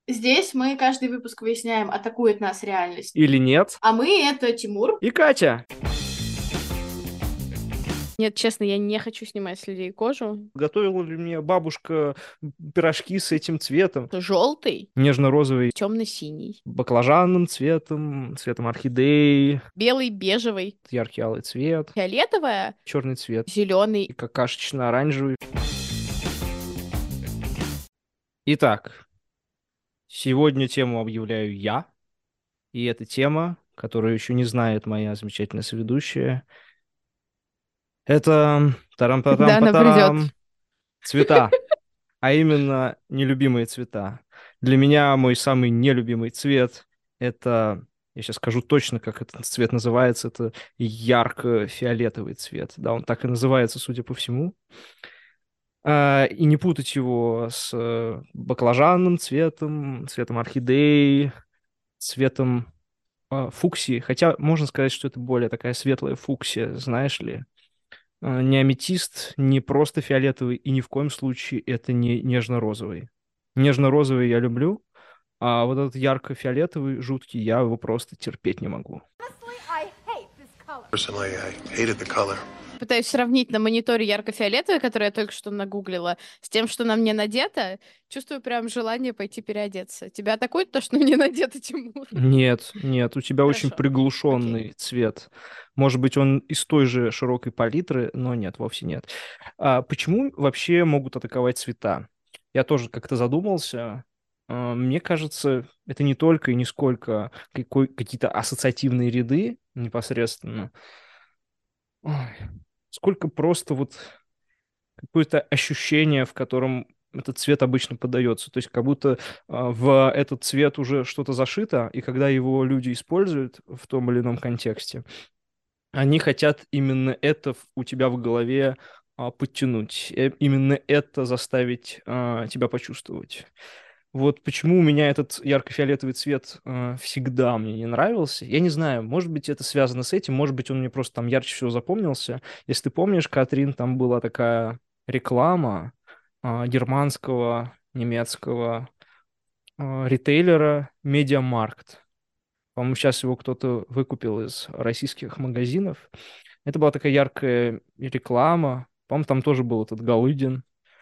Здесь мы каждый выпуск выясняем, атакует нас реальность. Или нет. А мы — это Тимур. И Катя. Нет, честно, я не хочу снимать с людей кожу. Готовила ли мне бабушка пирожки с этим цветом? Желтый, Нежно-розовый, темно-синий, баклажанным цветом, цветом орхидеи, белый, бежевый, яркий алый цвет, фиолетовая, черный цвет и зеленый. какашечно-оранжевый. Итак, сегодня тему объявляю я. И эта тема, которую еще не знает моя замечательная соведущая, это Когда она придет. тарам-патам-патам, цвета, а именно нелюбимые цвета. Для меня мой самый нелюбимый цвет — это, я сейчас скажу точно, как этот цвет называется, это ярко-фиолетовый цвет. Да, он так и называется, судя по всему. И не путать его с баклажанным цветом, цветом орхидеи, цветом фуксии. Хотя можно сказать, что это более такая светлая фуксия, знаешь ли. Не аметист, не просто фиолетовый, и ни в коем случае это не нежно-розовый. Нежно-розовый я люблю, а вот этот ярко-фиолетовый, жуткий, я его просто терпеть не могу. Personally, I hated the color. Пытаюсь сравнить на мониторе ярко-фиолетовое, которое я только что нагуглила, с тем, что на мне надето. Чувствую прям желание пойти переодеться. Тебя атакует то, что на мне надето, Тимур? Нет, нет, у тебя очень Хорошо. Окей. приглушенный цвет. Может быть, он из той же широкой палитры, но нет, вовсе нет. Почему вообще могут атаковать цвета? Я тоже как-то задумался. Мне кажется, это не только и не сколько какие-то ассоциативные ряды непосредственно, ой, сколько просто вот какое-то ощущение, в котором этот цвет обычно подается. То есть как будто в этот цвет уже что-то зашито, и когда его люди используют в том или ином контексте, они хотят именно это у тебя в голове подтянуть, именно это заставить тебя почувствовать. Вот почему у меня этот ярко-фиолетовый цвет всегда мне не нравился. Я не знаю, может быть, это связано с этим, может быть, он мне просто там ярче всего запомнился. Если ты помнишь, Катрин, там была такая реклама германского, немецкого ритейлера Медиамаркт. По-моему, сейчас его кто-то выкупил из российских магазинов. Это была такая яркая реклама. По-моему, там тоже был этот Галыгин.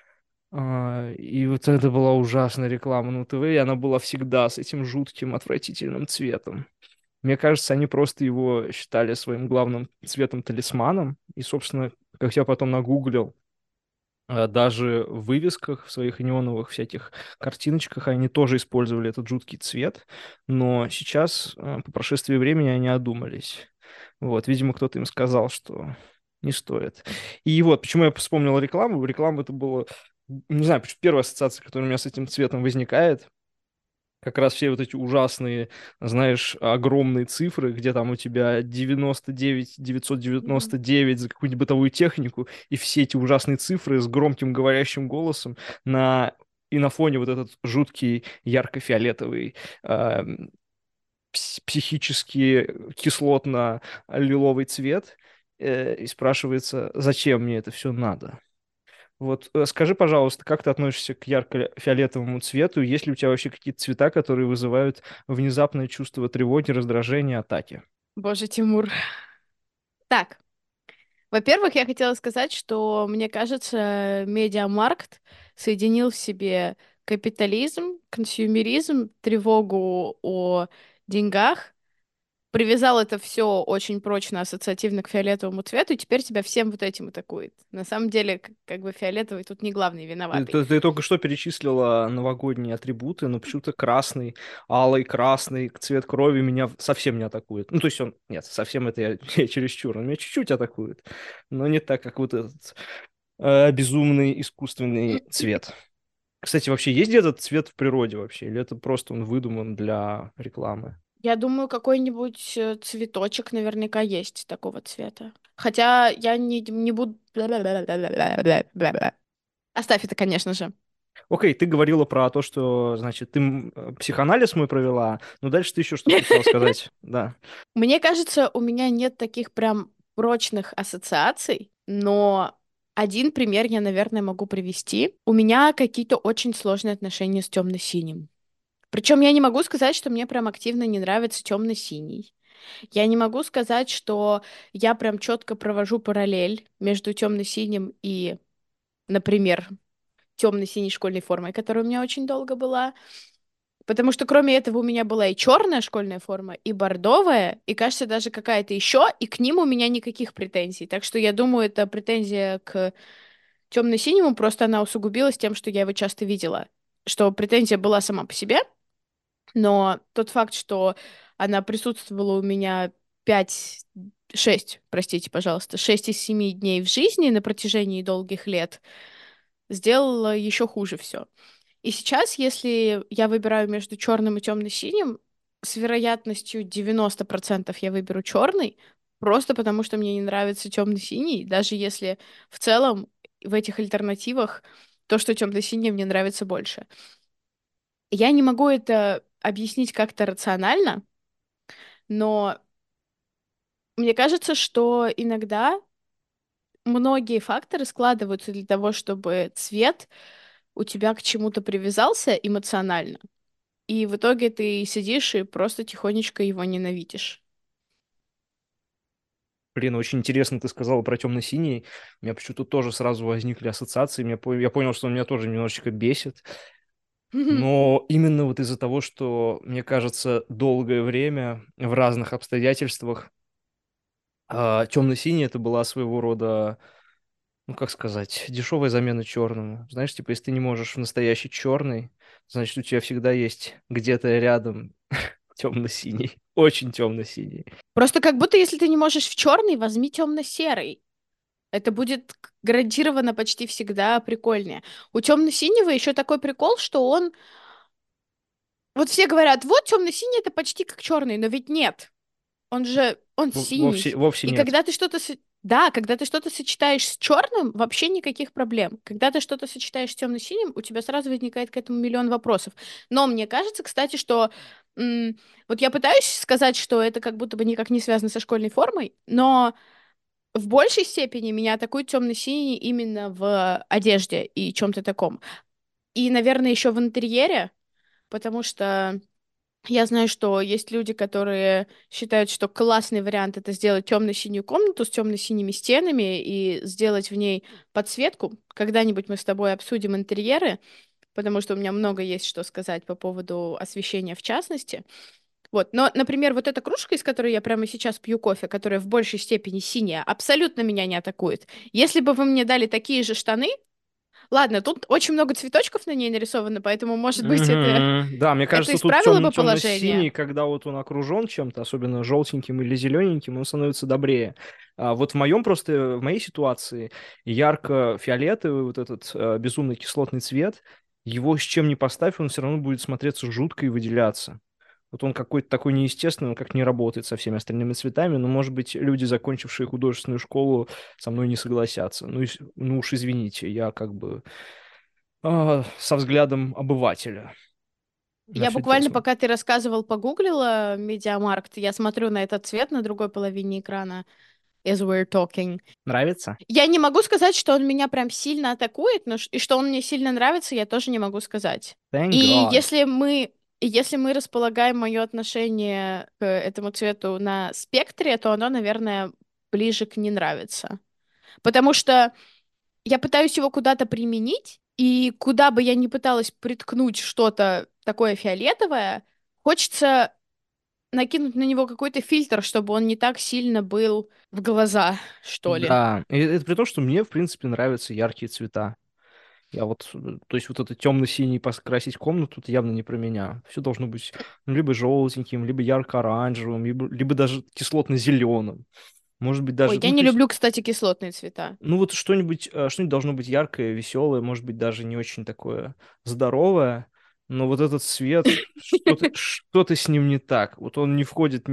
И вот это была ужасная реклама на ТВ, и она была всегда с этим жутким, отвратительным цветом. Мне кажется, они просто его считали своим главным цветом-талисманом. И, собственно, как я потом нагуглил, даже в вывесках, в своих неоновых всяких картиночках они тоже использовали этот жуткий цвет. Но сейчас, по прошествии времени, они одумались. Вот, видимо, кто-то им сказал, что не стоит. И вот, почему я вспомнил рекламу. Реклама это было, не знаю, почему первая ассоциация, которая у меня с этим цветом возникает, как раз все вот эти ужасные, знаешь, огромные цифры, где там у тебя 99 Мгм. 999 за какую-нибудь бытовую технику, и все эти ужасные цифры с громким говорящим голосом и на фоне вот этот жуткий ярко-фиолетовый, э, психически кислотно-лиловый цвет, и спрашивается, зачем мне это все надо? Вот скажи, пожалуйста, как ты относишься к ярко-фиолетовому цвету? Есть ли у тебя вообще какие-то цвета, которые вызывают внезапное чувство тревоги, раздражения, атаки? Боже, Тимур. Так, во-первых, я хотела сказать, что, мне кажется, медиамаркт соединил в себе капитализм, консюмеризм, тревогу о деньгах, привязал это все очень прочно ассоциативно к фиолетовому цвету, и теперь тебя всем вот этим атакует. На самом деле, как бы фиолетовый тут не главный Ты, виноватый. ты- ты только что перечислила новогодние атрибуты, но почему-то красный, алый, красный, цвет крови меня совсем не атакует. Ну, то есть он, нет, совсем это я чересчур, он меня чуть-чуть атакует, но не так, как вот этот безумный искусственный цвет. Кстати, вообще есть где этот цвет в природе вообще, или это просто он выдуман для рекламы? Я думаю, какой-нибудь цветочек наверняка есть такого цвета. Хотя я не буду... Оставь это, конечно же. Окей, ты говорила про то, что, значит, ты психоанализ мой провела, но дальше ты еще что-то хотела сказать, да. Мне кажется, у меня нет таких прям прочных ассоциаций, но один пример я, наверное, могу привести. У меня какие-то очень сложные отношения с темно-синим. Причем я не могу сказать, что мне прям активно не нравится темно-синий. Я не могу сказать, что я прям четко провожу параллель между темно-синим и, например, темно-синей школьной формой, которая у меня очень долго была. Потому что кроме этого у меня была и черная школьная форма, и бордовая, и, кажется, даже какая-то еще, и к ним у меня никаких претензий. Так что я думаю, это претензия к темно-синему, просто она усугубилась тем, что я его часто видела. Что претензия была сама по себе, но тот факт, что она присутствовала у меня 5-6, простите, пожалуйста, 6 из 7 дней в жизни на протяжении долгих лет, сделала еще хуже все. И сейчас, если я выбираю между черным и темно-синим, с вероятностью 90% я выберу черный, просто потому что мне не нравится темно-синий, даже если в целом в этих альтернативах то, что темно-синее, мне нравится больше. Я не могу это объяснить как-то рационально, но мне кажется, что иногда многие факторы складываются для того, чтобы цвет у тебя к чему-то привязался эмоционально. И в итоге ты сидишь и просто тихонечко его ненавидишь. Блин, очень интересно ты сказала про темно-синий. У меня почему-то тоже сразу возникли ассоциации. Я понял, что он меня тоже немножечко бесит. Но именно вот из-за того, что, мне кажется, долгое время в разных обстоятельствах темно-синий это была своего рода, ну как сказать, дешевая замена черному. Знаешь, типа, если ты не можешь в настоящий черный, значит, у тебя всегда есть где-то рядом темно-синий, очень темно-синий. Просто как будто если ты не можешь в черный, возьми темно-серый. Это будет гарантированно почти всегда прикольнее. У темно-синего еще такой прикол, что он... Вот все говорят, вот темно-синий это почти как черный, но ведь нет. Он Вовсе, синий. вовсе И нет. когда ты что-то... Да, когда ты что-то сочетаешь с черным, вообще никаких проблем. Когда ты что-то сочетаешь с темно-синим, у тебя сразу возникает к этому миллион вопросов. Но мне кажется, кстати, что... вот я пытаюсь сказать, что это как будто бы никак не связано со школьной формой, но в большей степени меня атакует темно-синий именно в одежде и чем-то таком. И, наверное, еще в интерьере, потому что я знаю, что есть люди, которые считают, что классный вариант это сделать темно-синюю комнату с темно-синими стенами и сделать в ней подсветку. Когда-нибудь мы с тобой обсудим интерьеры, потому что у меня много есть что сказать по поводу освещения в частности. Вот, но, например, вот эта кружка, из которой я прямо сейчас пью кофе, которая в большей степени синяя, абсолютно меня не атакует. Если бы вы мне дали такие же штаны, ладно, тут очень много цветочков на ней нарисовано, поэтому, может быть, Мгм. Да, мне это кажется, тут исправило бы положение. темно-синий, когда вот он окружен чем-то, особенно желтеньким или зелененьким, он становится добрее. Вот в моей ситуации ярко-фиолетовый вот этот безумно кислотный цвет, его с чем ни поставь, он все равно будет смотреться жутко и выделяться. Вот он какой-то такой неестественный, он как не работает со всеми остальными цветами, но, может быть, люди, закончившие художественную школу, со мной не согласятся. Ну уж извините, я как бы со взглядом обывателя на Я все дело буквально, смотрю. пока ты рассказывал, погуглила Медиамаркт, я смотрю на этот цвет на другой половине экрана, as we're talking. Нравится? Я не могу сказать, что он меня прям сильно атакует, но и что он мне сильно нравится, я тоже не могу сказать. И Thank God. если мы располагаем мое отношение к этому цвету на спектре, то оно, наверное, ближе к не нравится. Потому что я пытаюсь его куда-то применить, и куда бы я ни пыталась приткнуть что-то такое фиолетовое, хочется накинуть на него какой-то фильтр, чтобы он не так сильно был в глаза, что ли. Да, и это при том, что мне, в принципе, нравятся яркие цвета. То есть вот это темно-синий покрасить комнату, это явно не про меня. Все должно быть ну, либо желтеньким, либо ярко-оранжевым, либо даже кислотно-зеленым. Может быть, Ой, даже, я ну, то не есть, люблю, кстати, кислотные цвета. ну, вот что-нибудь должно быть яркое, веселое, может быть, даже не очень такое здоровое, но вот этот цвет, что-то с ним не так. Вот он не входит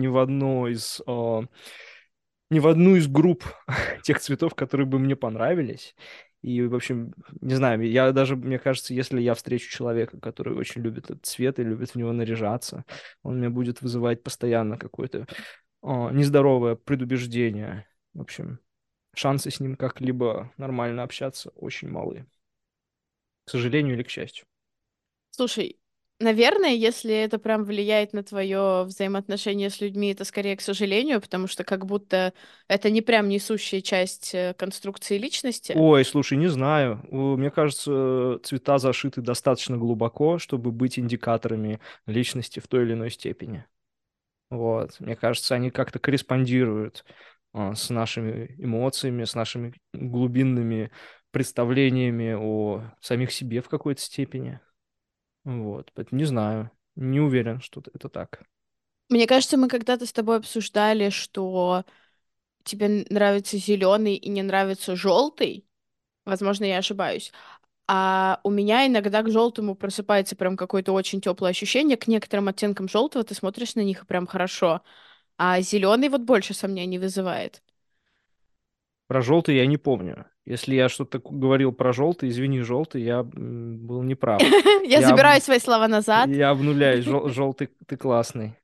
ни в одну из групп тех цветов, которые бы мне понравились. И, в общем, не знаю, я даже, мне кажется, если я встречу человека, который очень любит этот цвет и любит в него наряжаться, он меня будет вызывать постоянно какое-то нездоровое предубеждение. В общем, шансы с ним как-либо нормально общаться очень малы. К сожалению или к счастью. Слушай, Наверное, если это прям влияет на твое взаимоотношение с людьми, это скорее к сожалению, потому что как будто это не прям несущая часть конструкции личности. Ой, слушай, не знаю. Мне кажется, цвета зашиты достаточно глубоко, чтобы быть индикаторами личности в той или иной степени. Вот. Мне кажется, они как-то корреспондируют с нашими эмоциями, с нашими глубинными представлениями о самих себе в какой-то степени. Вот. Поэтому не знаю. Не уверен, что это так. Мне кажется, мы когда-то с тобой обсуждали, что тебе нравится зеленый и не нравится желтый. Возможно, я ошибаюсь. А у меня иногда к желтому просыпается прям какое-то очень теплое ощущение. К некоторым оттенкам желтого ты смотришь на них и прям хорошо. А зеленый вот больше сомнений вызывает. Про желтый я не помню. Если я что-то говорил про желтый, извини, желтый, я был неправ. Я Я, забираю свои слова назад. я обнуляюсь. Желтый ты классный.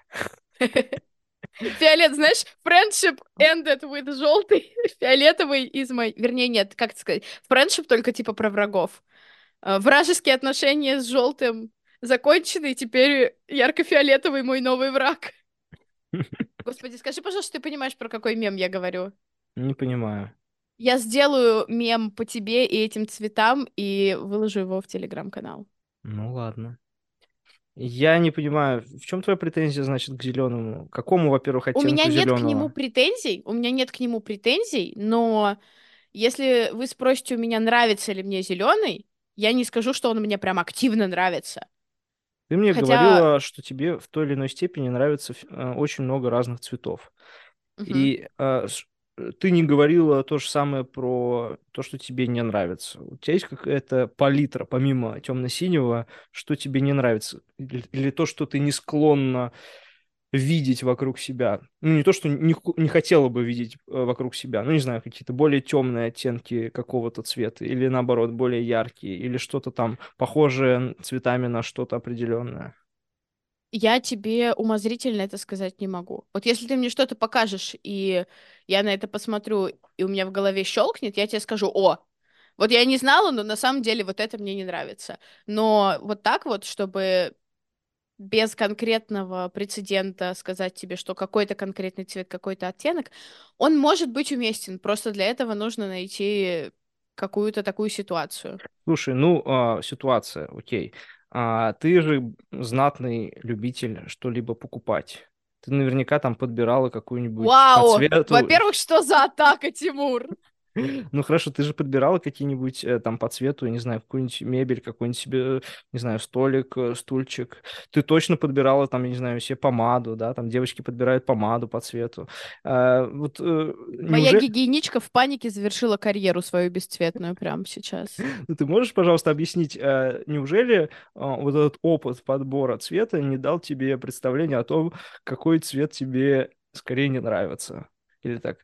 Фиолет, знаешь, friendship ended with желтый. Фиолетовый из мой... Вернее, нет, как это сказать? Friendship только типа про врагов. Вражеские отношения с желтым закончены, и теперь ярко-фиолетовый мой новый враг. Господи, скажи, пожалуйста, ты понимаешь, про какой мем я говорю? Не понимаю. Я сделаю мем по тебе и этим цветам и выложу его в телеграм-канал. Ну ладно. Я не понимаю, в чем твоя претензия, значит, к зеленому? К какому, во-первых, У меня оттенку нет к нему зеленого? претензий, у меня нет к нему претензий, но если вы спросите у меня, нравится ли мне зеленый, я не скажу, что он мне прям активно нравится. Ты мне Хотя, говорила, что тебе в той или иной степени нравится очень много разных цветов. мгм. И ты не говорила то же самое про то, что тебе не нравится. У тебя есть какая-то палитра, помимо темно-синего, что тебе не нравится? Или то, что ты не склонна видеть вокруг себя? Ну, не то, что не хотела бы видеть вокруг себя. Ну, не знаю, какие-то более темные оттенки какого-то цвета. Или, наоборот, более яркие. Или что-то там похожее цветами на что-то определенное. Я тебе умозрительно это сказать не могу. Вот если ты мне что-то покажешь, и я на это посмотрю, и у меня в голове щелкнет, я тебе скажу, о, вот я не знала, но на самом деле вот это мне не нравится. Но вот так вот, чтобы без конкретного прецедента сказать тебе, что какой-то конкретный цвет, какой-то оттенок, он может быть уместен. Просто для этого нужно найти какую-то такую ситуацию. Слушай, ну, ситуация, окей. Ты же знатный любитель что-либо покупать. Ты наверняка там подбирала какую-нибудь по Вау! цвету. Во-первых, что за атака, Тимур? Ну хорошо, ты же подбирала какие-нибудь там по цвету, я не знаю, какую-нибудь мебель, какой-нибудь себе, не знаю, столик, стульчик. Ты точно подбирала там, я не знаю, себе помаду, да, там девочки подбирают помаду по цвету. Вот Моя неужели... гигиеничка в панике завершила карьеру свою бесцветную прямо сейчас. Ну, ты можешь, пожалуйста, объяснить, неужели вот этот опыт подбора цвета не дал тебе представление о том, какой цвет тебе скорее не нравится? Или так,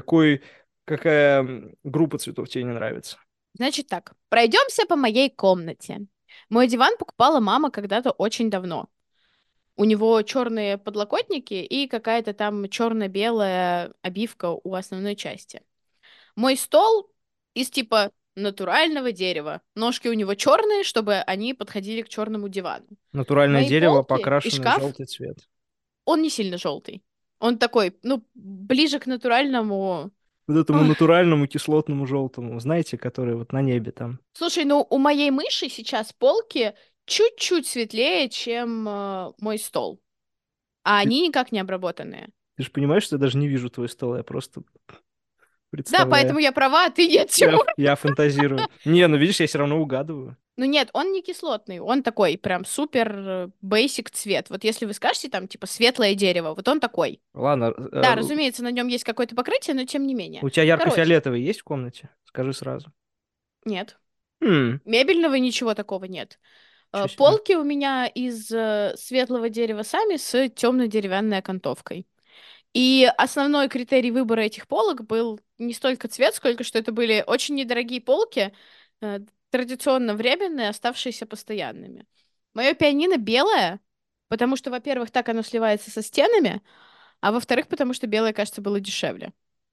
какая группа цветов тебе не нравится? Значит так, пройдемся по моей комнате. Мой диван покупала мама когда-то очень давно. У него черные подлокотники и какая-то там черно-белая обивка у основной части. Мой стол из типа натурального дерева. Ножки у него черные, чтобы они подходили к черному дивану. Натуральное Мои дерево, полки и покрашенное в шкаф, желтый цвет. он не сильно желтый. Он такой, ну, ближе к натуральному. Вот этому Ох. натуральному кислотному желтому, знаете, который вот на небе там. Слушай, ну у моей мыши сейчас полки чуть-чуть светлее, чем мой стол, а Ты, они никак не обработанные. ты же понимаешь, что я даже не вижу твой стол, я просто Да, представляю. поэтому я права, а ты нет, Я, Тимур. я фантазирую. Не, ну видишь, я все равно угадываю. Ну нет, он не кислотный, он такой прям супер бейсик цвет. Вот если вы скажете там типа светлое дерево, вот он такой. Ладно, Да, разумеется, на нем есть какое-то покрытие, но тем не менее. у тебя Короче, ярко-фиолетовый есть в комнате? Скажи сразу. нет. Хм, Мебельного ничего такого нет. ничего себе. Полки у меня из светлого дерева сами с темной деревянной окантовкой. И основной критерий выбора этих полок был не столько цвет, сколько что это были очень недорогие полки, э, традиционно временные, оставшиеся постоянными. Мое пианино белое, потому что, во-первых, так оно сливается со стенами, а во-вторых, потому что белое, кажется, было дешевле.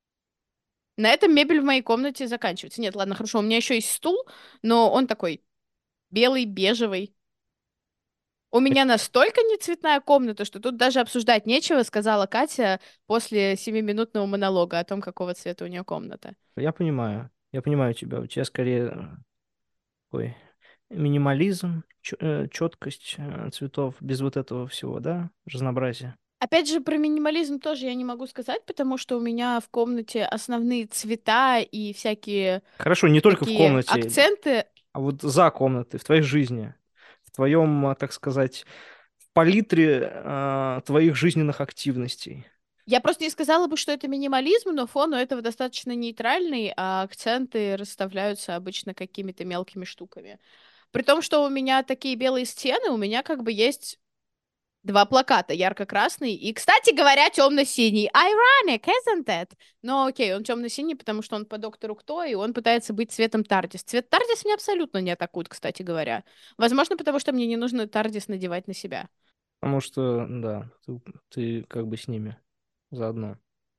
На этом мебель в моей комнате заканчивается. Нет, ладно, хорошо, у меня еще есть стул, но он такой белый, бежевый. У меня настолько не цветная комната, что тут даже обсуждать нечего, сказала Катя после 7-минутного монолога о том, какого цвета у нее комната. Я понимаю тебя. У тебя скорее такой минимализм, четкость цветов, без вот этого всего, да, разнообразия. Опять же, про минимализм тоже я не могу сказать, потому что у меня в комнате основные цвета и всякие Хорошо, не только в такие комнате, акценты. а вот за комнатой, в твоей жизни, в твоем, так сказать, в палитре твоих жизненных активностей. Я просто не сказала бы, что это минимализм, но фон у этого достаточно нейтральный, а акценты расставляются обычно какими-то мелкими штуками. При том, что у меня такие белые стены, у меня как бы есть два плаката, ярко-красный и, кстати говоря, темно-синий. Ironic, isn't it? Но окей, он темно-синий, потому что он по доктору Кто, и он пытается быть цветом Тардис. Цвет Тардис меня абсолютно не атакует, кстати говоря. Возможно, потому что мне не нужно Тардис надевать на себя. Потому что, да, ты как бы с ними заодно.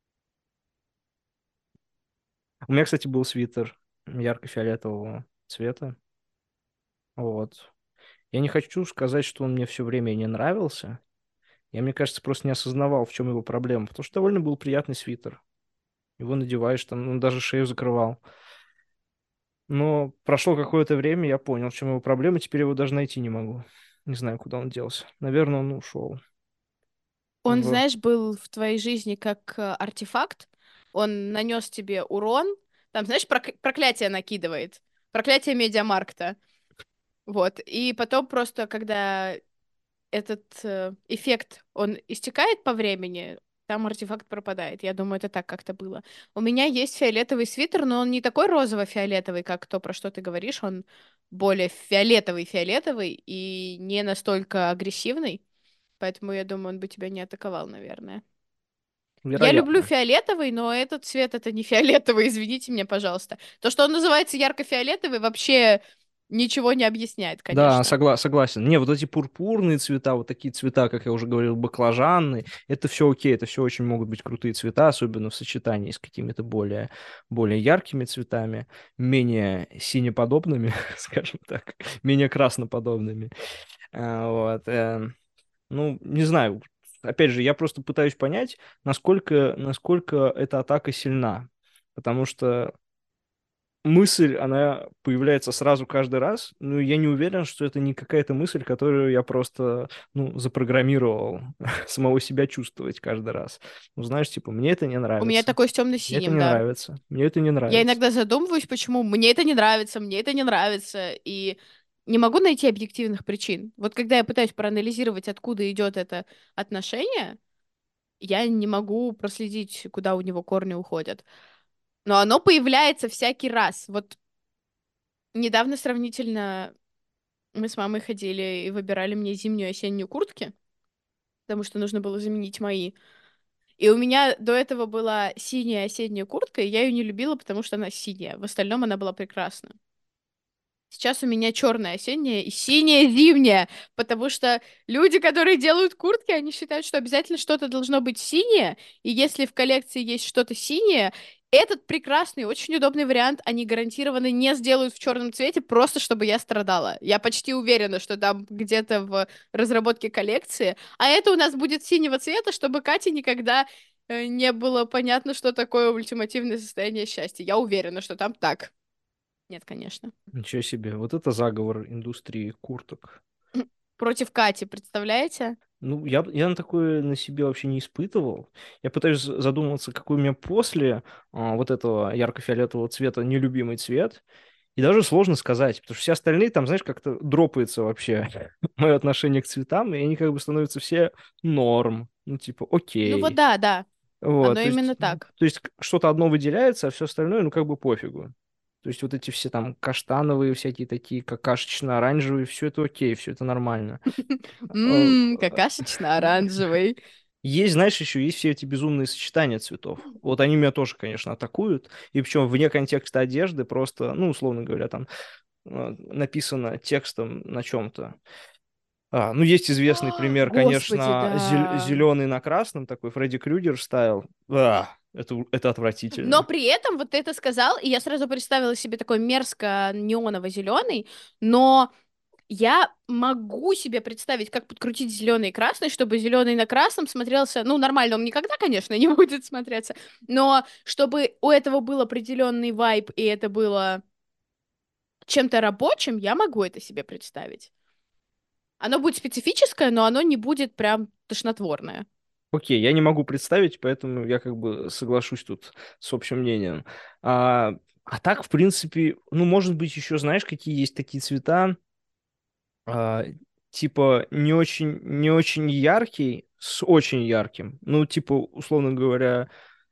У меня, кстати, был свитер ярко-фиолетового цвета. Вот. Я не хочу сказать, что он мне все время не нравился. Я, мне кажется, просто не осознавал, в чем его проблема. Потому что довольно был приятный свитер. Его надеваешь, там, он даже шею закрывал. Но прошло какое-то время, я понял, в чем его проблема. Теперь его даже найти не могу. Не знаю, куда он делся. Наверное, он ушел Он, в... знаешь, был в твоей жизни как артефакт. Он нанес тебе урон. Там, знаешь, проклятие накидывает. Проклятие Медиамаркта. Вот. И потом просто, когда этот эффект, он истекает по времени, там артефакт пропадает. Я думаю, это так как-то было. У меня есть фиолетовый свитер, но он не такой розово-фиолетовый, как то, про что ты говоришь. Он более фиолетовый-фиолетовый и не настолько агрессивный. Поэтому я думаю, он бы тебя не атаковал, наверное. Я люблю Вероятно. фиолетовый, но этот цвет это не фиолетовый, извините меня, пожалуйста. То, что он называется ярко-фиолетовый, вообще ничего не объясняет, Да, конечно. согласен. Не, вот эти пурпурные цвета, вот такие цвета, как я уже говорил, баклажанные, это все окей, это все очень могут быть крутые цвета, особенно в сочетании с какими-то более яркими цветами, менее синеподобными, скажем так, менее красноподобными. Вот. Ну, не знаю. Опять же, я просто пытаюсь понять, насколько эта атака сильна. Потому что мысль, она появляется сразу каждый раз, но я не уверен, что это не какая-то мысль, которую я просто, ну, запрограммировал самого себя чувствовать каждый раз. Ну, знаешь, типа, мне это не У меня нравится, такой с мне это темно-синим, не да. нравится, мне это не Я нравится. иногда задумываюсь, почему мне это не нравится, мне это не нравится, и не могу найти объективных причин. Вот когда я пытаюсь проанализировать, откуда идет это отношение, я не могу проследить, куда у него корни уходят. Но оно появляется всякий раз. Вот недавно сравнительно мы с мамой ходили и выбирали мне зимнюю и осеннюю куртки, потому что нужно было заменить мои. И у меня до этого была синяя осенняя куртка, и я ее не любила, потому что она синяя. В остальном она была прекрасна. Сейчас у меня черная осенняя и синяя зимняя, потому что люди, которые делают куртки, они считают, что обязательно что-то должно быть синее, и если в коллекции есть что-то синее, этот прекрасный, очень удобный вариант они гарантированно не сделают в черном цвете, просто чтобы я страдала. Я почти уверена, что там где-то в разработке коллекции, а это у нас будет синего цвета, чтобы Кате никогда не было понятно, что такое ультимативное состояние счастья. Я уверена, что там так. Нет, конечно. Ничего себе, вот это заговор индустрии курток. Против Кати, представляете? Ну, я на такое на себе вообще не испытывал. Я пытаюсь задуматься, какой у меня после вот этого ярко-фиолетового цвета нелюбимый цвет. И даже сложно сказать, потому что все остальные там, знаешь, как-то дропается вообще мое отношение к цветам, и они как бы становятся все норм. Ну, типа, Ну вот окей. да, да, Вот, оно именно так. то есть что-то одно выделяется, а все остальное, ну, как бы пофигу. То есть вот эти все там каштановые, всякие такие какашечно-оранжевые, все это окей, все это нормально. Э, Какашечно-оранжевый. Есть, знаешь, еще есть все эти безумные сочетания цветов. Вот они меня тоже, конечно, атакуют. И причем вне контекста одежды, просто, ну, условно говоря, там написано текстом на чем-то. Ну, есть известный пример, Господи, конечно, да. зеленый на красном, такой Фредди Крюгер стайл. Это Но отвратительно. при этом вот ты это сказал, и я сразу представила себе такой мерзко неоново-зеленый, но Я могу себе представить, как подкрутить зеленый и красный, чтобы зеленый на красном смотрелся, ну, нормально, он никогда, конечно, не будет смотреться, но чтобы у этого был определенный вайб, и это было чем-то рабочим, я могу это себе представить. Оно будет специфическое, но оно не будет прям тошнотворное. Окей, я не могу представить, поэтому я как бы соглашусь тут с общим мнением. А так, в принципе, ну, может быть, еще знаешь, какие есть такие цвета, а, типа не очень яркий с очень ярким. Ну, типа, условно говоря,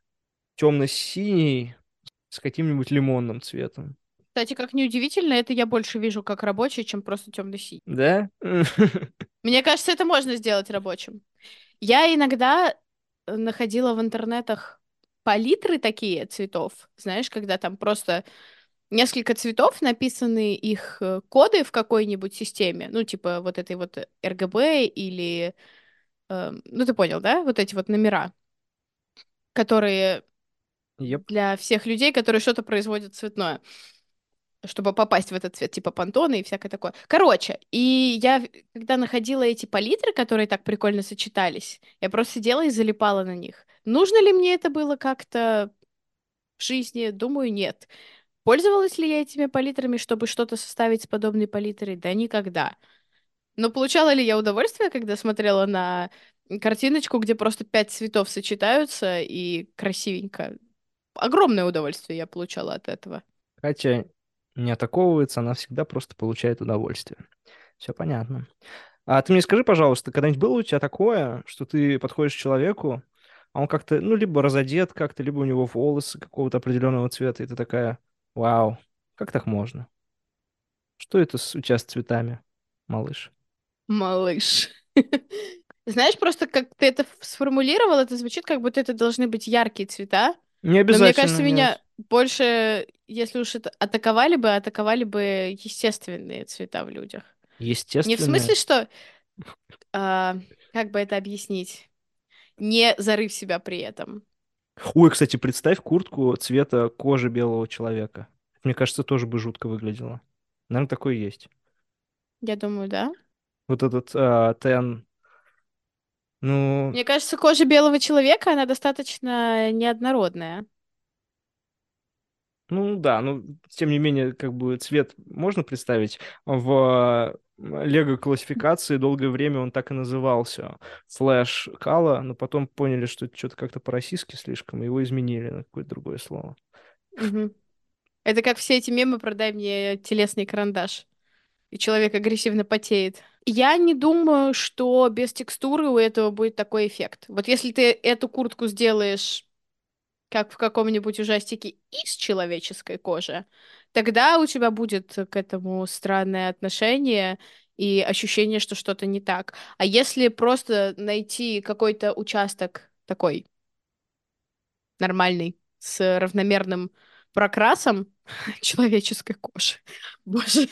темно-синий с каким-нибудь лимонным цветом. Кстати, как неудивительно, это я больше вижу как рабочий, чем просто темно-синий. Да? Мне кажется, это можно сделать рабочим. Я иногда находила в интернетах палитры такие цветов, знаешь, когда там просто несколько цветов, написаны их коды в какой-нибудь системе, ну, типа вот этой вот RGB или, ну, ты понял, да, вот эти вот номера, которые Еп. для всех людей, которые что-то производят цветное, чтобы попасть в этот цвет, типа пантоны и всякое такое. Короче, и я, когда находила эти палитры, которые так прикольно сочетались, я просто сидела и залипала на них. Нужно ли мне это было как-то в жизни? Думаю, нет. Пользовалась ли я этими палитрами, чтобы что-то составить с подобной палитрой? Да никогда. Но получала ли я удовольствие, когда смотрела на картиночку, где просто 5 цветов сочетаются и красивенько? Огромное удовольствие я получала от этого. Катя не атаковывается, она всегда просто получает удовольствие. Все понятно. А ты мне скажи, пожалуйста, когда-нибудь было у тебя такое, что ты подходишь к человеку, а он как-то, ну, либо разодет как-то, либо у него волосы какого-то определенного цвета, и ты такая, вау, как так можно? Что это у тебя с цветами, малыш? Малыш. Знаешь, просто как ты это сформулировал, это звучит, как будто это должны быть яркие цвета. Не Но мне обязательно, кажется, меня нет. больше, если уж это атаковали бы естественные цвета в людях. Не в Естественное. смысле, что, а, как бы это объяснить, не зарыв себя при этом. Ой, кстати, представь куртку цвета кожи белого человека. Мне кажется, тоже бы жутко выглядело. Наверное, такое есть. Я думаю, да. Вот этот тен, ну, Мне кажется, кожа белого человека, она достаточно неоднородная. ну да, ну, тем не менее, как бы цвет можно представить. В Лего классификации долгое время он так и назывался. Flash Color, но потом поняли, что это что-то как-то по-российски слишком, и его изменили на какое-то другое слово. Мгм. Это как все эти мемы «продай мне телесный карандаш», и человек агрессивно потеет. Я не думаю, что без текстуры у этого будет такой эффект. Вот если ты эту куртку сделаешь, как в каком-нибудь ужастике, из человеческой кожи, тогда у тебя будет к этому странное отношение и ощущение, что что-то не так. А если просто найти какой-то участок такой нормальный, с равномерным прокрасом человеческой кожи, боже,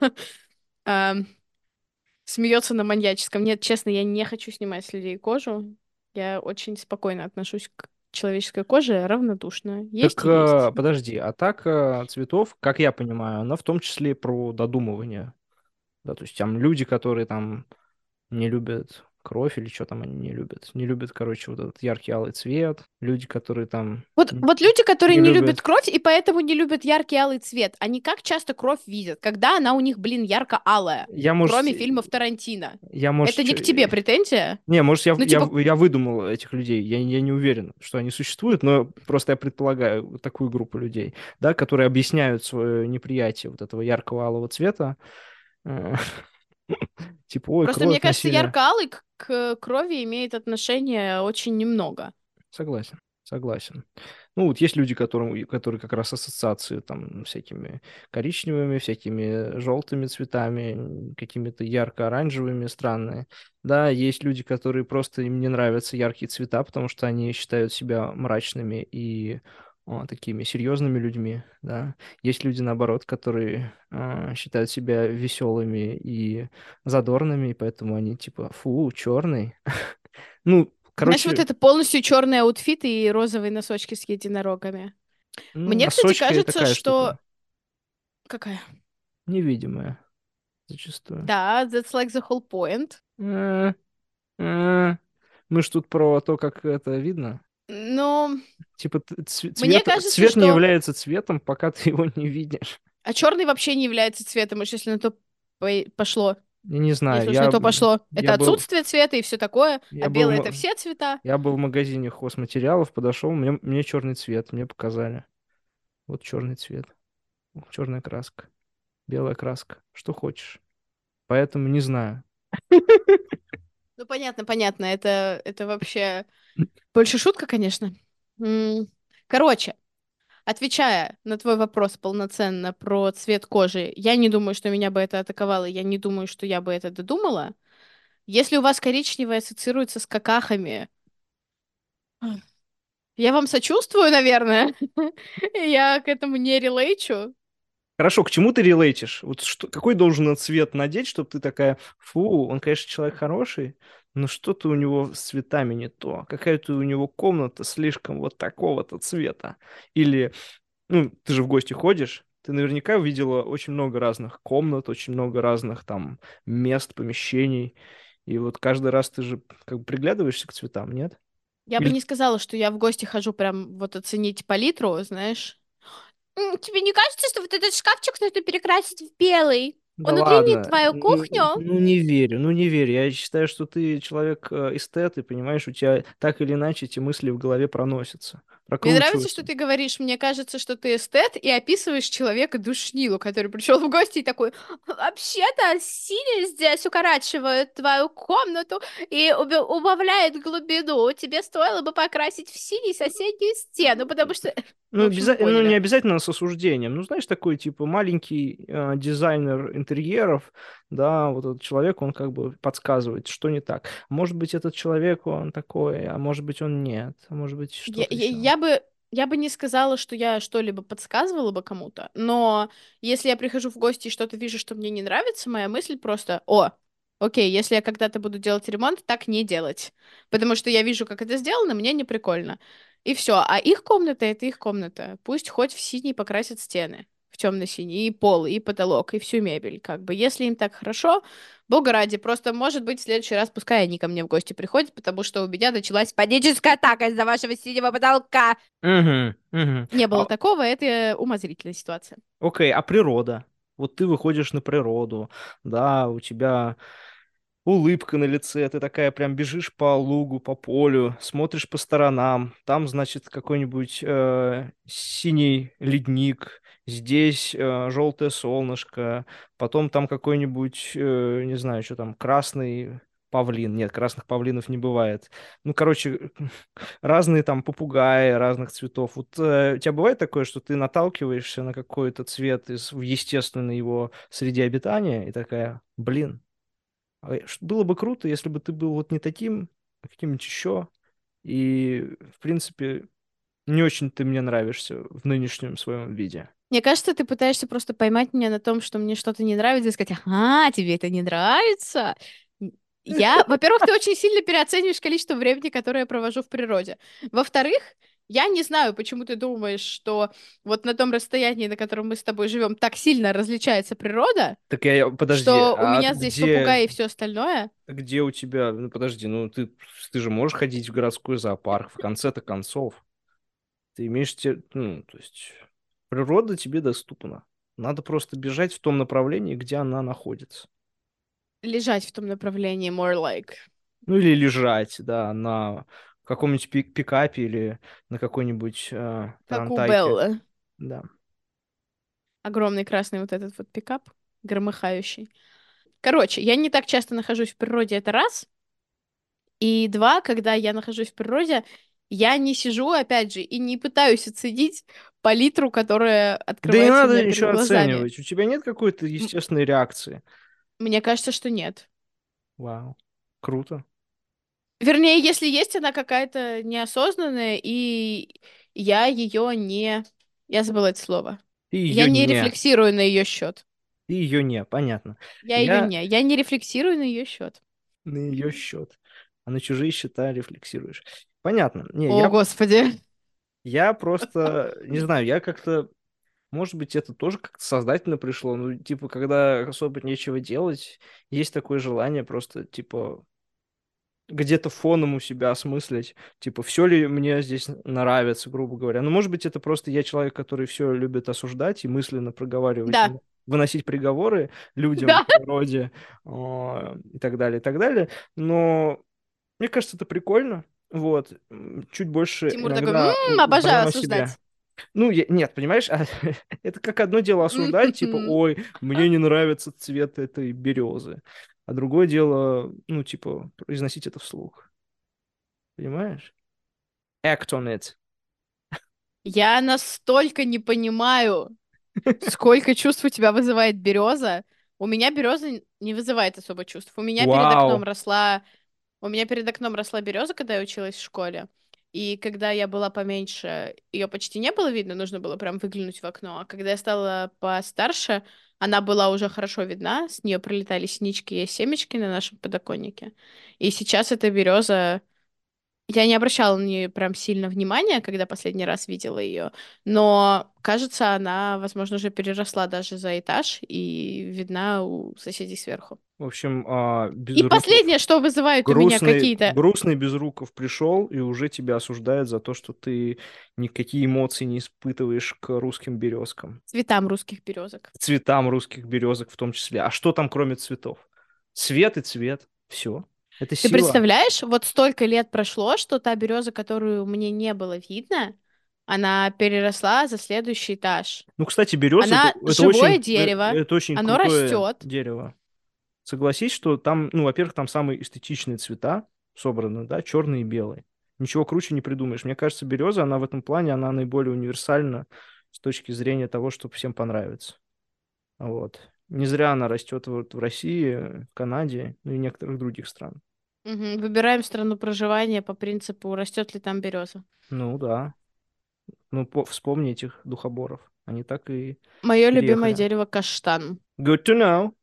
смеется на маньяческом. Нет, честно, я не хочу снимать с людей кожу. Я очень спокойно отношусь к человеческой коже, равнодушно. Есть Так и есть. подожди, атака цветов, как я понимаю, она в том числе про додумывание. Да, то есть там люди, которые там не любят кровь или что там они не любят. Не любят, короче, вот этот яркий алый цвет. Люди, которые там Вот люди, которые не не любят. любят кровь и поэтому не любят яркий алый цвет, они как часто кровь видят, когда она у них, блин, ярко-алая, Я, может, кроме фильмов Тарантино. я, может, Это не к тебе претензия? не, может, я, Ну, я, типа, я выдумал этих людей. Я не уверен, что они существуют, но просто я предполагаю вот такую группу людей, да, которые объясняют свое неприятие вот этого яркого алого цвета. Э, Типа, ой, просто кровь мне кажется, насилие. ярко-алый к крови имеет отношение очень немного. Согласен, согласен. Ну, вот есть люди, которые как раз ассоциации там всякими коричневыми, всякими желтыми цветами, какими-то ярко-оранжевыми, странные. Да, есть люди, которые просто им не нравятся яркие цвета, потому что они считают себя мрачными и такими серьезными людьми, да. Есть люди, наоборот, которые считают себя веселыми и задорными, и поэтому они типа, фу, черный. Ну, Знаешь, вот короче, это полностью черный аутфит и розовые носочки с единорогами. ну, Мне, кстати, носочки кажется, такая что... штука Какая? невидимая. зачастую. Да, that's like the whole point. Э, э. Мы ж тут про то, как это видно. Но Типа мне цвет, кажется, цвет не что... является цветом, пока ты его не видишь. А черный вообще не является цветом, уж если на то пошло. Я не знаю, Если уж на то пошло. я Это был, отсутствие цвета и все такое, а я был, белый — это все цвета. я был в магазине хозматериалов, подошел, мне черный цвет, мне показали. Вот черный цвет, черная краска, белая краска, что хочешь. Поэтому не знаю. Ну, понятно, понятно. Это вообще больше шутка, конечно. М, Короче, отвечая на твой вопрос полноценно про цвет кожи, я не думаю, что меня бы это атаковало, я не думаю, что я бы это додумала. Если у вас коричневое ассоциируется с какахами, я вам сочувствую, наверное. Я к этому не релейчу. Хорошо, к чему ты релейтишь? Вот что, какой должен цвет надеть, чтобы ты такая, фу, он, конечно, человек хороший, но что-то у него с цветами не то. Какая-то у него комната слишком вот такого-то цвета. Или, ну, ты же в гости ходишь, ты наверняка увидела очень много разных комнат, очень много разных там мест, помещений. И вот каждый раз ты же как бы приглядываешься к цветам, нет? Я бы Или не сказала, что я в гости хожу прям вот оценить палитру, знаешь. Тебе не кажется, что вот этот шкафчик нужно перекрасить в белый? да Он удлинит ладно, твою ну, кухню? ну не верю, ну не верю. Я считаю, что ты человек эстет, и понимаешь, у тебя так или иначе эти мысли в голове проносятся, Мне нравится, прокручиваются. что ты говоришь, мне кажется, что ты эстет, и описываешь человека душнилу, который пришел в гости и такой, вообще-то синий здесь укорачивает твою комнату и убавляет глубину. Тебе стоило бы покрасить в синий соседнюю стену, потому что... В Ну, общем, вы ну, не поняли. обязательно с осуждением. Ну, знаешь, такой, типа, маленький дизайнер интерьеров, да, вот этот человек, он как бы подсказывает, что не так. Может быть, этот человек, он такой, а может быть, он нет, а может быть, Я, что-то я, еще. я бы, я бы не сказала, что я что-либо подсказывала бы кому-то, но если я прихожу в гости и что-то вижу, что мне не нравится, моя мысль просто, окей, если я когда-то буду делать ремонт, так не делать, потому что я вижу, как это сделано, мне не прикольно. И все. А их комната — это их комната. Пусть хоть в синий покрасят стены, в темно-синий, и пол, и потолок, и всю мебель. Как бы, если им так хорошо, бога ради, просто, может быть, в следующий раз пускай они ко мне в гости приходят, потому что у меня началась паническая атака из-за вашего синего потолка. Угу, угу. Не было такого, это умозрительная ситуация. Окей, а природа? Вот ты выходишь на природу, да, у тебя улыбка на лице, ты такая прям бежишь по лугу, по полю, смотришь по сторонам, там, значит, какой-нибудь синий ледник, здесь желтое солнышко, потом там какой-нибудь, не знаю, что там, красный павлин. Нет, красных павлинов не бывает. Ну, короче, разные там попугаи разных цветов. Вот у тебя бывает такое, что ты наталкиваешься на какой-то цвет в естественной его среде обитания и такая, блин, было бы круто, если бы ты был вот не таким, а каким-нибудь еще. И, в принципе, не очень ты мне нравишься в нынешнем своем виде. Мне кажется, ты пытаешься просто поймать меня на том, что мне что-то не нравится, и сказать, ага, тебе это не нравится. Во-первых, ты очень сильно переоцениваешь количество времени, которое я провожу в природе. Во-вторых, я не знаю, почему ты думаешь, что вот на том расстоянии, на котором мы с тобой живем, так сильно различается природа, Так подожди, что у меня здесь попугай и все остальное. где у тебя, ну подожди, ну ты же можешь ходить в городской зоопарк в конце-то концов. Ты имеешь, ну, то есть природа тебе доступна. Надо просто бежать в том направлении, где она находится. Лежать в том направлении, more like. Ну или лежать, да, на каком-нибудь пикапе или на какой-нибудь Как у тарантайке. Беллы. Да. Огромный красный вот этот вот пикап, громыхающий. Короче, я не так часто нахожусь в природе, это раз. И два, когда я нахожусь в природе, я не сижу, опять же, и не пытаюсь оценить палитру, которая Да не открывается у надо меня перед ничего глазами. оценивать. У тебя нет какой-то М- естественной реакции. Мне кажется, что нет. Вау. Круто. Вернее, если есть она какая-то неосознанная, и я ее не... Я забыла это слово. Ты Я ее не не. рефлексирую на ее счет. Ты ее не. Понятно. Я ее Я не. Я не рефлексирую на ее счет. на ее счет. А на чужие счета рефлексируешь. Понятно. Не, О, Господи. я просто, не знаю, я как-то Может быть, это тоже как-то сознательно пришло. Ну, типа, когда особо нечего делать, есть такое желание просто, типа, где-то фоном у себя осмыслить, типа, все ли мне здесь нравится, грубо говоря. Ну, может быть, это просто я человек, который все любит осуждать и мысленно проговаривать, Да, выносить приговоры людям, да. природе, и так далее, и так далее. Но мне кажется, это прикольно. Вот. Чуть больше Тимур такой, иногда обожаю узнаем о себе. осуждать. Ну, нет, понимаешь, это как одно дело осуждать, типа, ой, мне не нравится цвет этой березы. А другое дело, ну, типа, произносить это вслух. Понимаешь? Act on it. Я настолько не понимаю, сколько чувств у тебя вызывает береза. У меня береза не вызывает особо чувств. Вау. У меня перед окном росла береза, когда я училась в школе. И когда я была поменьше, ее почти не было видно, нужно было прям выглянуть в окно. А когда я стала постарше, она была уже хорошо видна, с нее прилетали синички и семечки на нашем подоконнике. И сейчас эта береза, я не обращала на нее прям сильно внимания, когда последний раз видела ее, но кажется, она, возможно, уже переросла даже за этаж и видна у соседей сверху. В общем, И Безруков, последнее, что вызывает у меня грустный, какие-то грустный Безруков пришел и уже тебя осуждает за то, что ты никакие эмоции не испытываешь к русским березкам. цветам русских березок. Цветам русских березок в том числе. А что там кроме цветов? Цвет и цвет. Все. Это Ты сила. представляешь, вот столько лет прошло, что та береза, которую мне не было видно, она переросла за следующий этаж. Ну, кстати, береза Она живое дерево, это очень оно крутое растет. дерево. Согласись, что там, ну, во-первых, там самые эстетичные цвета собраны, да, черный и белый. Ничего круче не придумаешь. Мне кажется, береза, она в этом плане, она наиболее универсальна с точки зрения того, чтобы всем понравится. Вот. Не зря она растет вот в России, в Канаде, ну и некоторых других стран. Мгм. Выбираем страну проживания по принципу, растет ли там береза. Ну да. Ну, вспомни этих духоборов. Они так и Мое любимое переехали. дерево каштан. Good to know.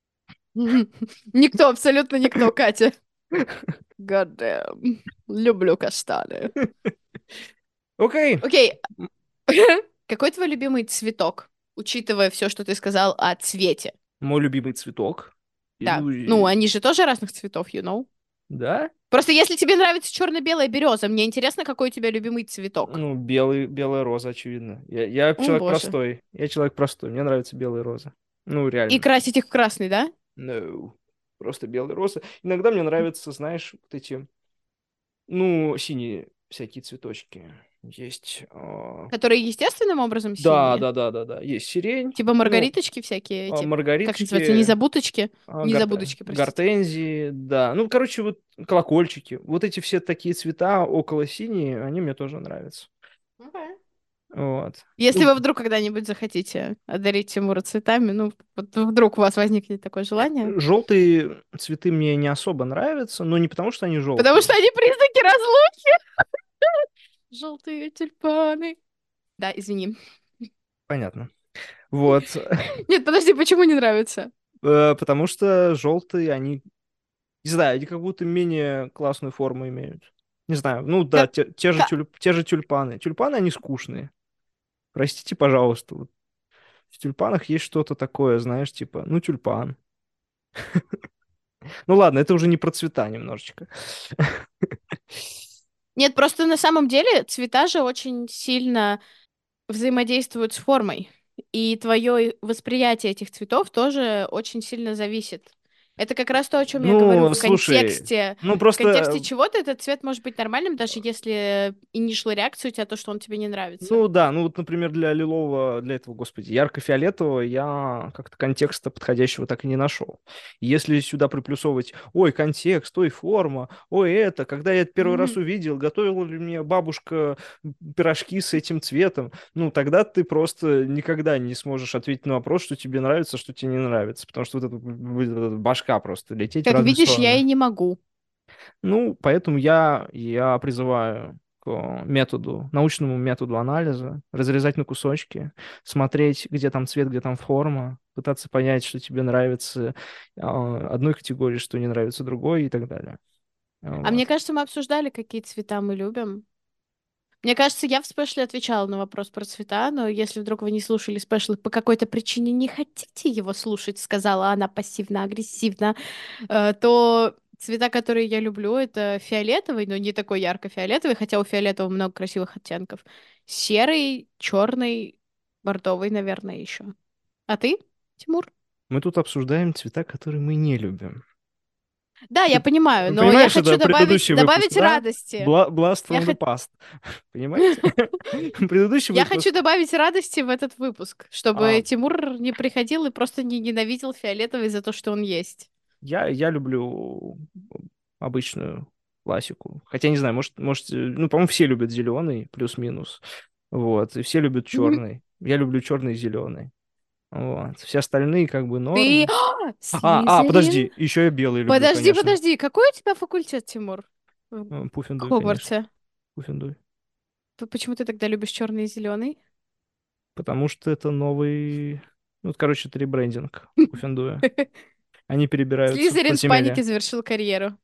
Никто, абсолютно никто, Катя. God damn. Люблю каштаны. Окей. Окей, какой твой любимый цветок, учитывая все, что ты сказал о цвете? Мой любимый цветок. Да. Ну, Ну, они же тоже разных цветов, you know. да? Просто если тебе нравится черно-белая береза, мне интересно, какой у тебя любимый цветок. Ну, белая роза, очевидно. Я О, человек боже. простой. Я человек простой. Мне нравятся белые розы. Ну, И реально. красить их в красный, да? No. Просто белые розы. Иногда мне нравятся, знаешь, вот эти, ну, синие всякие цветочки. Есть. Которые естественным образом Да, синие. да, да, да, да. Есть сирень. Типа Ну, маргариточки всякие эти. Как называется? маргариточки, Незабудочки? Незабудочки, простите. гортензии, да. Ну, короче, вот колокольчики. Вот эти все такие цвета около синие, они мне тоже нравятся. Окей. Вот. Если Ну, вы вдруг когда-нибудь захотите одарить Тимура цветами, ну, вот вдруг у вас возникнет такое желание, желтые цветы мне не особо нравятся, но не потому, что они потому желтые. что они признаки разлуки. Желтые тюльпаны. Да, извини. Понятно. Вот. Нет, подожди, почему не нравится? Потому что желтые, они, не знаю, они как будто менее классную форму имеют. Не знаю, ну да, Как, те же тюльпаны. Тюльпаны, они скучные. Простите, пожалуйста. Вот в тюльпанах есть что-то такое, знаешь, типа, ну, тюльпан. Ну ладно, это уже не про цвета немножечко. Нет, просто на самом деле цвета же очень сильно взаимодействуют с формой. И твое восприятие этих цветов тоже очень сильно зависит. Это как раз то, о чем я говорю. Ну, слушай, ну В контексте просто чего-то этот цвет может быть нормальным, даже если initial реакция у тебя то, что он тебе не нравится. ну да, ну вот, например, для лилового, для этого, господи, ярко-фиолетового я как-то контекста подходящего так и не нашел. Если сюда приплюсовывать, ой, контекст, ой, форма, ой, это, когда я это первый раз Мгм. увидел, готовила ли мне бабушка пирожки с этим цветом, ну тогда ты просто никогда не сможешь ответить на вопрос, что тебе нравится, что тебе не нравится, потому что вот эта будет эта башка просто лететь в Как разные видишь, я и стороны. не могу. Ну, поэтому я призываю к методу, научному методу анализа, разрезать на кусочки, смотреть, где там цвет, где там форма, пытаться понять, что тебе нравится одной категории, что не нравится другой и так далее. А мне Вот. кажется, мы обсуждали, какие цвета мы любим. Мне кажется, я в спешле отвечала на вопрос про цвета, но если вдруг вы не слушали спешл и по какой-то причине не хотите его слушать, сказала она пассивно-агрессивно, то цвета, которые я люблю, это фиолетовый, но не такой ярко-фиолетовый, хотя у фиолетового много красивых оттенков. Серый, черный, бордовый, наверное, еще. А ты, Тимур? Мы тут обсуждаем цвета, которые мы не любим. Да, я понимаю, но я Понимаешь, хочу это предыдущий выпуск, добавить да? радости. Blast Я, from the past. Понимаете? Предыдущий я хочу выпуск. добавить радости в этот выпуск, чтобы а, Тимур не приходил и просто не ненавидел фиолетовый за то, что он есть. я люблю обычную классику. Хотя, не знаю, может, ну, по-моему, все любят зеленый, плюс-минус. Вот. И все любят Мгм. черный. Я люблю черный и зеленый. Вот. Все остальные как бы Ты норм. Слизерин? Подожди. Еще я белый люблю, конечно. Подожди, какой у тебя факультет, Тимур? В Пуффендуй, конечно. Хогвартсе. Пуффендуй. Почему ты тогда любишь черный и зеленый? Потому что это новый... Ну, короче, это ребрендинг Пуффендуя. Они перебираются в Слизерин в панике подземелье. завершил карьеру.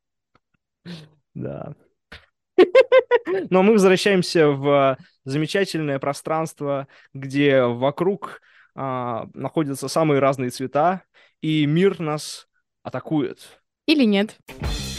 Да. Но мы возвращаемся в замечательное пространство, где вокруг находятся самые разные цвета, и мир нас атакует. Или нет?